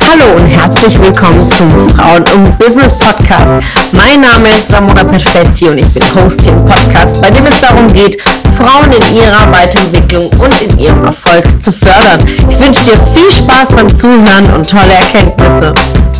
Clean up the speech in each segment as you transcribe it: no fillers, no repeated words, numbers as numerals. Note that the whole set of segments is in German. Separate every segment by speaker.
Speaker 1: Hallo und herzlich willkommen zum Frauen- und Business Podcast. Mein Name ist Ramona Perfetti und ich bin Host hier im Podcast, bei dem es darum geht, Frauen in ihrer Weiterentwicklung und in ihrem Erfolg zu fördern. Ich wünsche dir viel Spaß beim Zuhören und tolle Erkenntnisse.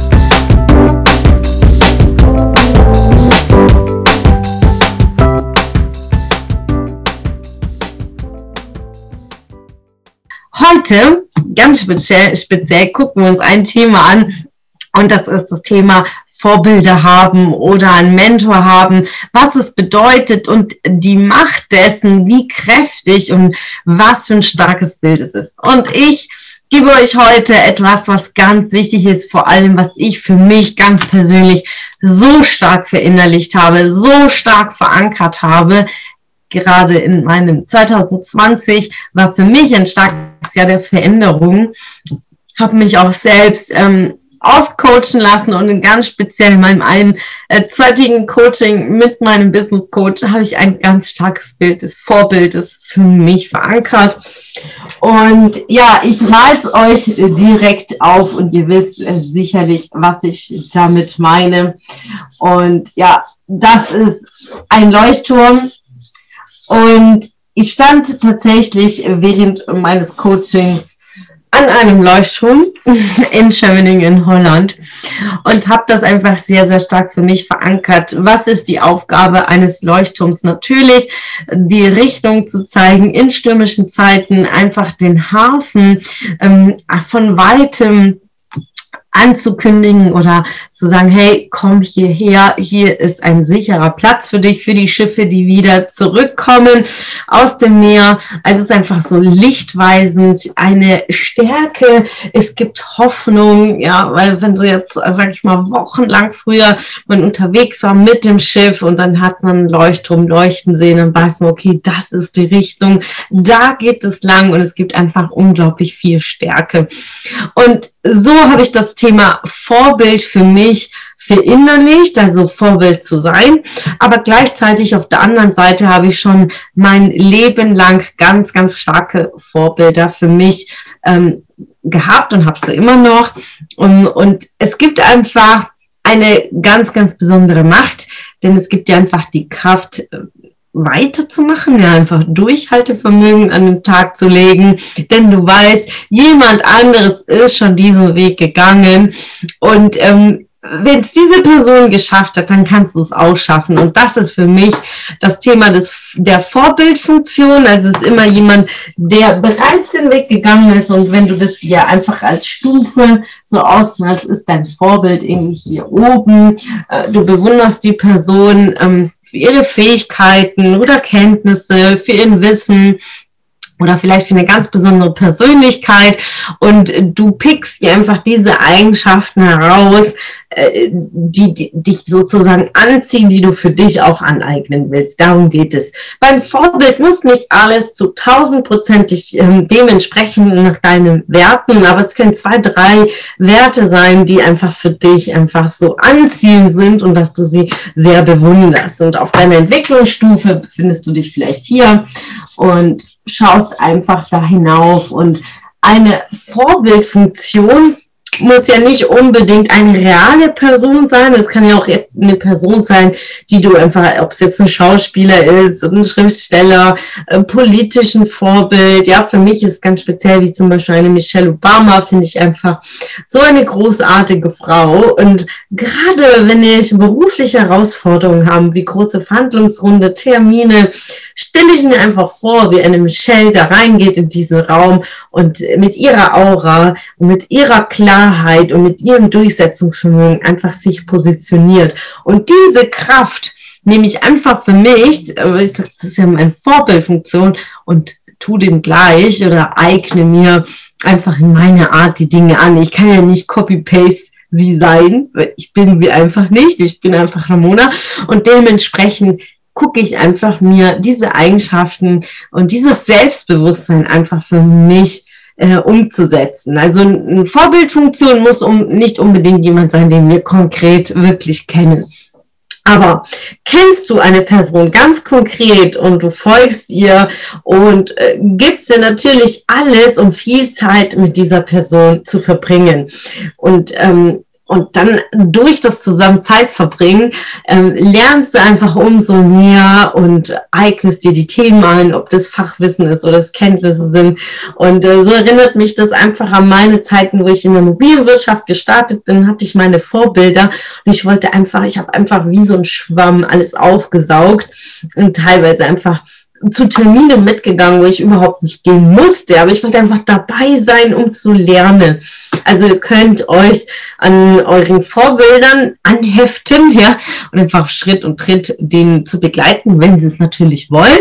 Speaker 1: Heute, ganz speziell gucken wir uns ein Thema an und das ist das Thema Vorbilder haben oder einen Mentor haben, was es bedeutet und die Macht dessen, wie kräftig und was für ein starkes Bild es ist. Und ich gebe euch heute etwas, was ganz wichtig ist, vor allem, was ich für mich ganz persönlich so stark verinnerlicht habe, so stark verankert habe. Gerade in meinem 2020 war für mich ein starkes Jahr der Veränderung. Habe mich auch selbst aufcoachen lassen und ganz speziell in meinem einseitigen Coaching mit meinem Business Coach habe ich ein ganz starkes Bild des Vorbildes für mich verankert. Und ja, ich male es euch direkt auf und ihr wisst sicherlich, was ich damit meine. Und ja, das ist ein Leuchtturm. Und ich stand tatsächlich während meines Coachings an einem Leuchtturm in Scheveningen in Holland und habe das einfach sehr, sehr stark für mich verankert. Was ist die Aufgabe eines Leuchtturms? Natürlich, die Richtung zu zeigen in stürmischen Zeiten, einfach den Hafen von weitem anzukündigen oder zu sagen, hey, komm hierher, hier ist ein sicherer Platz für dich, für die Schiffe, die wieder zurückkommen aus dem Meer. Also es ist einfach so lichtweisend, eine Stärke, es gibt Hoffnung, ja, weil wenn du jetzt, sag ich mal, wochenlang früher man unterwegs war mit dem Schiff und dann hat man einen Leuchtturm leuchten sehen, dann weiß man, okay, das ist die Richtung, da geht es lang und es gibt einfach unglaublich viel Stärke. Und so habe ich das Thema Vorbild für mich verinnerlicht, also Vorbild zu sein, aber gleichzeitig auf der anderen Seite habe ich schon mein Leben lang ganz, ganz starke Vorbilder für mich gehabt und habe sie immer noch und es gibt einfach eine ganz, ganz besondere Macht, denn es gibt ja einfach die Kraft, weiterzumachen, ja, einfach Durchhaltevermögen an den Tag zu legen, denn du weißt, jemand anderes ist schon diesen Weg gegangen und wenn es diese Person geschafft hat, dann kannst du es auch schaffen und das ist für mich das Thema der Vorbildfunktion, also es ist immer jemand, der bereits den Weg gegangen ist und wenn du das dir einfach als Stufe so ausmalst, ist dein Vorbild irgendwie hier oben, du bewunderst die Person, für ihre Fähigkeiten oder Kenntnisse, für ihr Wissen oder vielleicht für eine ganz besondere Persönlichkeit und du pickst dir einfach diese Eigenschaften heraus, die dich sozusagen anziehen, die du für dich auch aneignen willst. Darum geht es. Beim Vorbild muss nicht alles zu 1000% dementsprechend nach deinen Werten, aber es können 2, 3 Werte sein, die einfach für dich einfach so anziehend sind und dass du sie sehr bewunderst. Und auf deiner Entwicklungsstufe befindest du dich vielleicht hier und schaust einfach da hinauf und eine Vorbildfunktion muss ja nicht unbedingt eine reale Person sein, es kann ja auch eine Person sein, die du einfach, ob es jetzt ein Schauspieler ist, ein Schriftsteller, politischen Vorbild, ja, für mich ist ganz speziell wie zum Beispiel eine Michelle Obama, finde ich einfach so eine großartige Frau und gerade wenn ich berufliche Herausforderungen habe, wie große Verhandlungsrunde, Termine, stelle ich mir einfach vor, wie eine Michelle da reingeht in diesen Raum und mit ihrer Aura und mit ihrer Klarheit und mit ihrem Durchsetzungsvermögen einfach sich positioniert. Und diese Kraft nehme ich einfach für mich, das ist ja meine Vorbildfunktion und tu dem gleich oder eigne mir einfach in meine Art die Dinge an. Ich kann ja nicht Copy-Paste sie sein, ich bin sie einfach nicht, ich bin einfach Ramona und dementsprechend gucke ich einfach mir diese Eigenschaften und dieses Selbstbewusstsein einfach für mich umzusetzen. Also eine Vorbildfunktion muss nicht unbedingt jemand sein, den wir konkret wirklich kennen. Aber kennst du eine Person ganz konkret und du folgst ihr und gibst dir natürlich alles, um viel Zeit mit dieser Person zu verbringen. Und dann durch das zusammen Zeit verbringen, lernst du einfach umso mehr und eignest dir die Themen ein, ob das Fachwissen ist oder das Kenntnisse sind. Und so erinnert mich das einfach an meine Zeiten, wo ich in der Immobilienwirtschaft gestartet bin, hatte ich meine Vorbilder und ich habe einfach wie so ein Schwamm alles aufgesaugt und teilweise einfach zu Terminen mitgegangen, wo ich überhaupt nicht gehen musste, aber ich wollte einfach dabei sein, um zu lernen. Also ihr könnt euch an euren Vorbildern anheften, ja, und einfach Schritt und Tritt denen zu begleiten, wenn sie es natürlich wollen.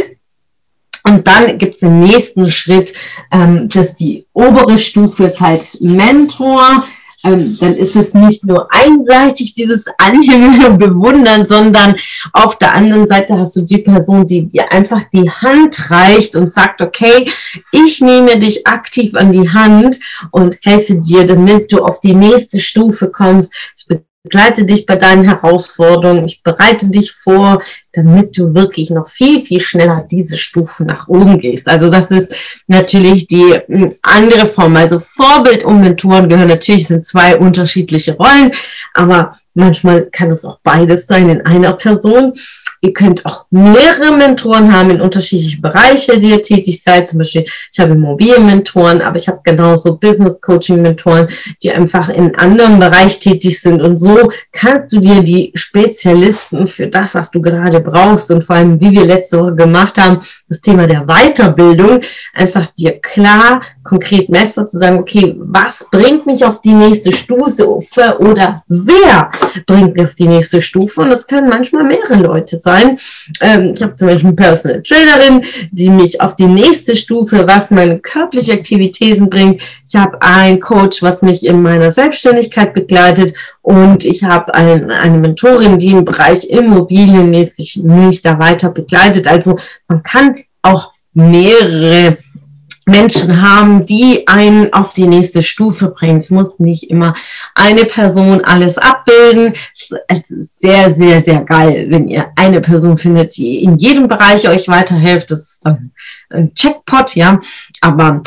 Speaker 1: Und dann gibt es den nächsten Schritt, das ist die obere Stufe, ist halt Mentor. Dann ist es nicht nur einseitig, dieses Anhimmeln und Bewundern, sondern auf der anderen Seite hast du die Person, die dir einfach die Hand reicht und sagt, okay, ich nehme dich aktiv an die Hand und helfe dir, damit du auf die nächste Stufe kommst. Ich begleite dich bei deinen Herausforderungen, ich bereite dich vor, damit du wirklich noch viel, viel schneller diese Stufen nach oben gehst. Also das ist natürlich die andere Form. Also Vorbild und Mentoren gehören natürlich, sind zwei unterschiedliche Rollen, aber manchmal kann es auch beides sein in einer Person. Ihr könnt auch mehrere Mentoren haben in unterschiedlichen Bereichen, die ihr tätig seid. Zum Beispiel, ich habe Immobilienmentoren, aber ich habe genauso Business-Coaching-Mentoren, die einfach in einem anderen Bereich tätig sind. Und so kannst du dir die Spezialisten für das, was du gerade brauchst und vor allem, wie wir letzte Woche gemacht haben, das Thema der Weiterbildung, einfach dir klar, konkret messbar zu sagen, okay, was bringt mich auf die nächste Stufe oder wer bringt mich auf die nächste Stufe? Und das können manchmal mehrere Leute sein. Ich habe zum Beispiel eine Personal Trainerin, die mich auf die nächste Stufe, was meine körperliche Aktivitäten bringt. Ich habe einen Coach, was mich in meiner Selbstständigkeit begleitet. Und ich habe eine Mentorin, die im Bereich immobilienmäßig mich da weiter begleitet. Also man kann auch mehrere Menschen haben, die einen auf die nächste Stufe bringen. Es muss nicht immer eine Person alles abbilden. Es ist sehr, sehr, sehr geil, wenn ihr eine Person findet, die in jedem Bereich euch weiterhilft. Das ist dann ein Checkpot, ja. Aber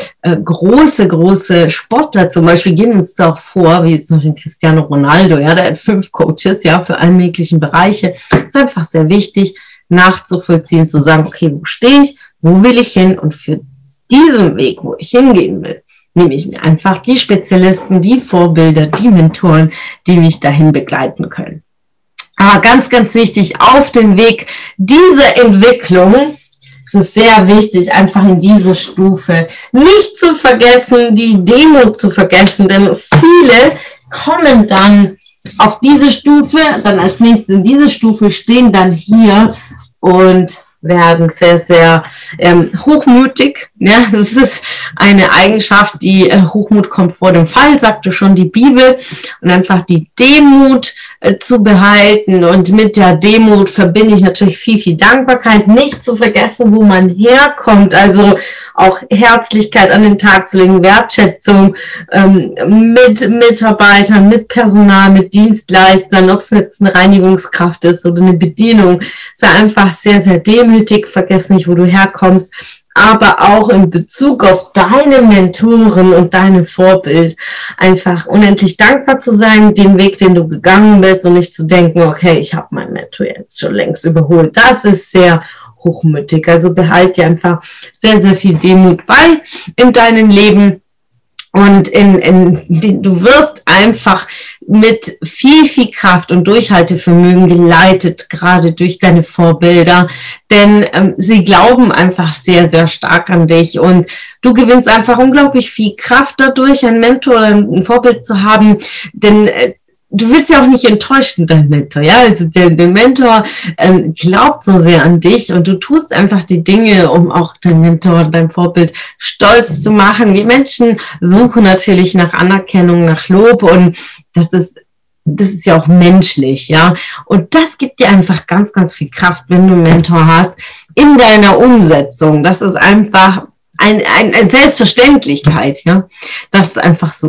Speaker 1: große Sportler zum Beispiel gehen uns auch vor, wie zum Beispiel Cristiano Ronaldo, ja, der hat 5 Coaches, ja, für alle möglichen Bereiche. Es ist einfach sehr wichtig, nachzuvollziehen, zu sagen, okay, wo stehe ich, wo will ich hin und für diesen Weg, wo ich hingehen will, nehme ich mir einfach die Spezialisten, die Vorbilder, die Mentoren, die mich dahin begleiten können. Aber ganz, ganz wichtig, auf den Weg dieser Entwicklung ist es sehr wichtig, einfach in diese Stufe nicht zu vergessen, die Demut zu vergessen, denn viele kommen dann auf diese Stufe, dann als nächstes in diese Stufe, stehen dann hier und werden sehr, sehr hochmütig. Ja, das ist eine Eigenschaft, die Hochmut kommt vor dem Fall, sagte schon die Bibel. Und einfach die Demut zu behalten. Und mit der Demut verbinde ich natürlich viel, viel Dankbarkeit. Nicht zu vergessen, wo man herkommt. Also auch Herzlichkeit an den Tag zu legen, Wertschätzung mit Mitarbeitern, mit Personal, mit Dienstleistern, ob es jetzt eine Reinigungskraft ist oder eine Bedienung. Sei einfach sehr, sehr demütig. Vergiss nicht, wo du herkommst. Aber auch in Bezug auf deine Mentoren und deine Vorbild einfach unendlich dankbar zu sein, den Weg, den du gegangen bist und nicht zu denken, okay, ich habe meinen Mentor jetzt schon längst überholt. Das ist sehr hochmütig. Also behalte dir einfach sehr, sehr viel Demut bei in deinem Leben. Und du wirst einfach mit viel, viel Kraft und Durchhaltevermögen geleitet, gerade durch deine Vorbilder, denn sie glauben einfach sehr, sehr stark an dich und du gewinnst einfach unglaublich viel Kraft dadurch, einen Mentor oder ein Vorbild zu haben, denn du wirst ja auch nicht enttäuscht in deinem Mentor, ja, also der Mentor glaubt so sehr an dich und du tust einfach die Dinge, um auch dein Mentor, dein Vorbild stolz zu machen. Wir Menschen suchen natürlich nach Anerkennung, nach Lob und das ist ja auch menschlich, ja, und das gibt dir einfach ganz, ganz viel Kraft, wenn du einen Mentor hast, in deiner Umsetzung. Das ist einfach eine Selbstverständlichkeit, ja, dass es einfach so ist.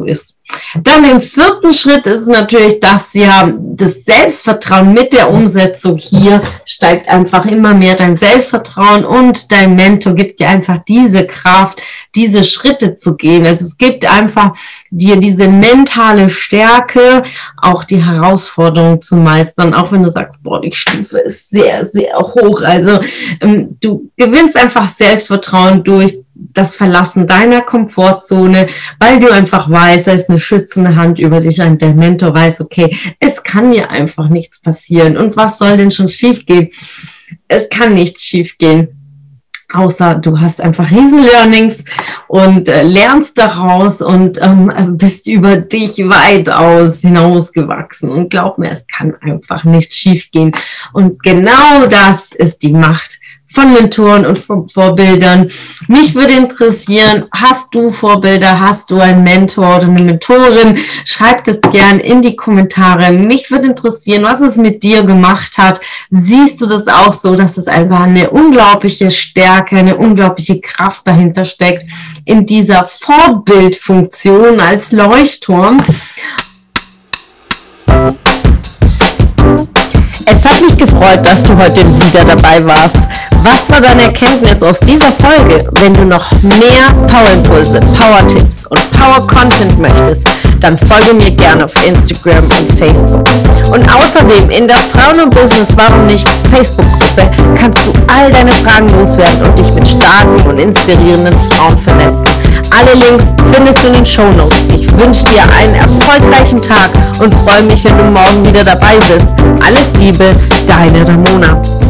Speaker 1: Dann im 4. Schritt ist natürlich, dass ja das Selbstvertrauen mit der Umsetzung hier steigt einfach immer mehr dein Selbstvertrauen und dein Mentor gibt dir einfach diese Kraft, diese Schritte zu gehen. Also es gibt einfach dir diese mentale Stärke, auch die Herausforderung zu meistern, auch wenn du sagst, boah, die Stufe ist sehr, sehr hoch. Also du gewinnst einfach Selbstvertrauen durch das Verlassen deiner Komfortzone, weil du einfach weißt, da ist eine schützende Hand über dich und der Mentor weiß, okay, es kann mir einfach nichts passieren. Und was soll denn schon schiefgehen? Es kann nichts schiefgehen, außer du hast einfach Riesen-Learnings und lernst daraus und bist über dich weitaus hinausgewachsen. Und glaub mir, es kann einfach nicht schiefgehen. Und genau das ist die Macht von Mentoren und von Vorbildern. Mich würde interessieren, hast du Vorbilder, hast du einen Mentor oder eine Mentorin? Schreib das gern in die Kommentare. Mich würde interessieren, was es mit dir gemacht hat. Siehst du das auch so, dass es einfach eine unglaubliche Stärke, eine unglaubliche Kraft dahinter steckt, in dieser Vorbildfunktion als Leuchtturm? Es hat mich gefreut, dass du heute wieder dabei warst. Was war deine Erkenntnis aus dieser Folge? Wenn du noch mehr Powerimpulse, Power-Tipps und Power-Content möchtest, dann folge mir gerne auf Instagram und Facebook. Und außerdem in der Frauen und Business Warum nicht Facebook-Gruppe kannst du all deine Fragen loswerden und dich mit starken und inspirierenden Frauen vernetzen. Alle Links findest du in den Shownotes. Ich wünsche dir einen erfolgreichen Tag und freue mich, wenn du morgen wieder dabei bist. Alles Liebe, deine Ramona.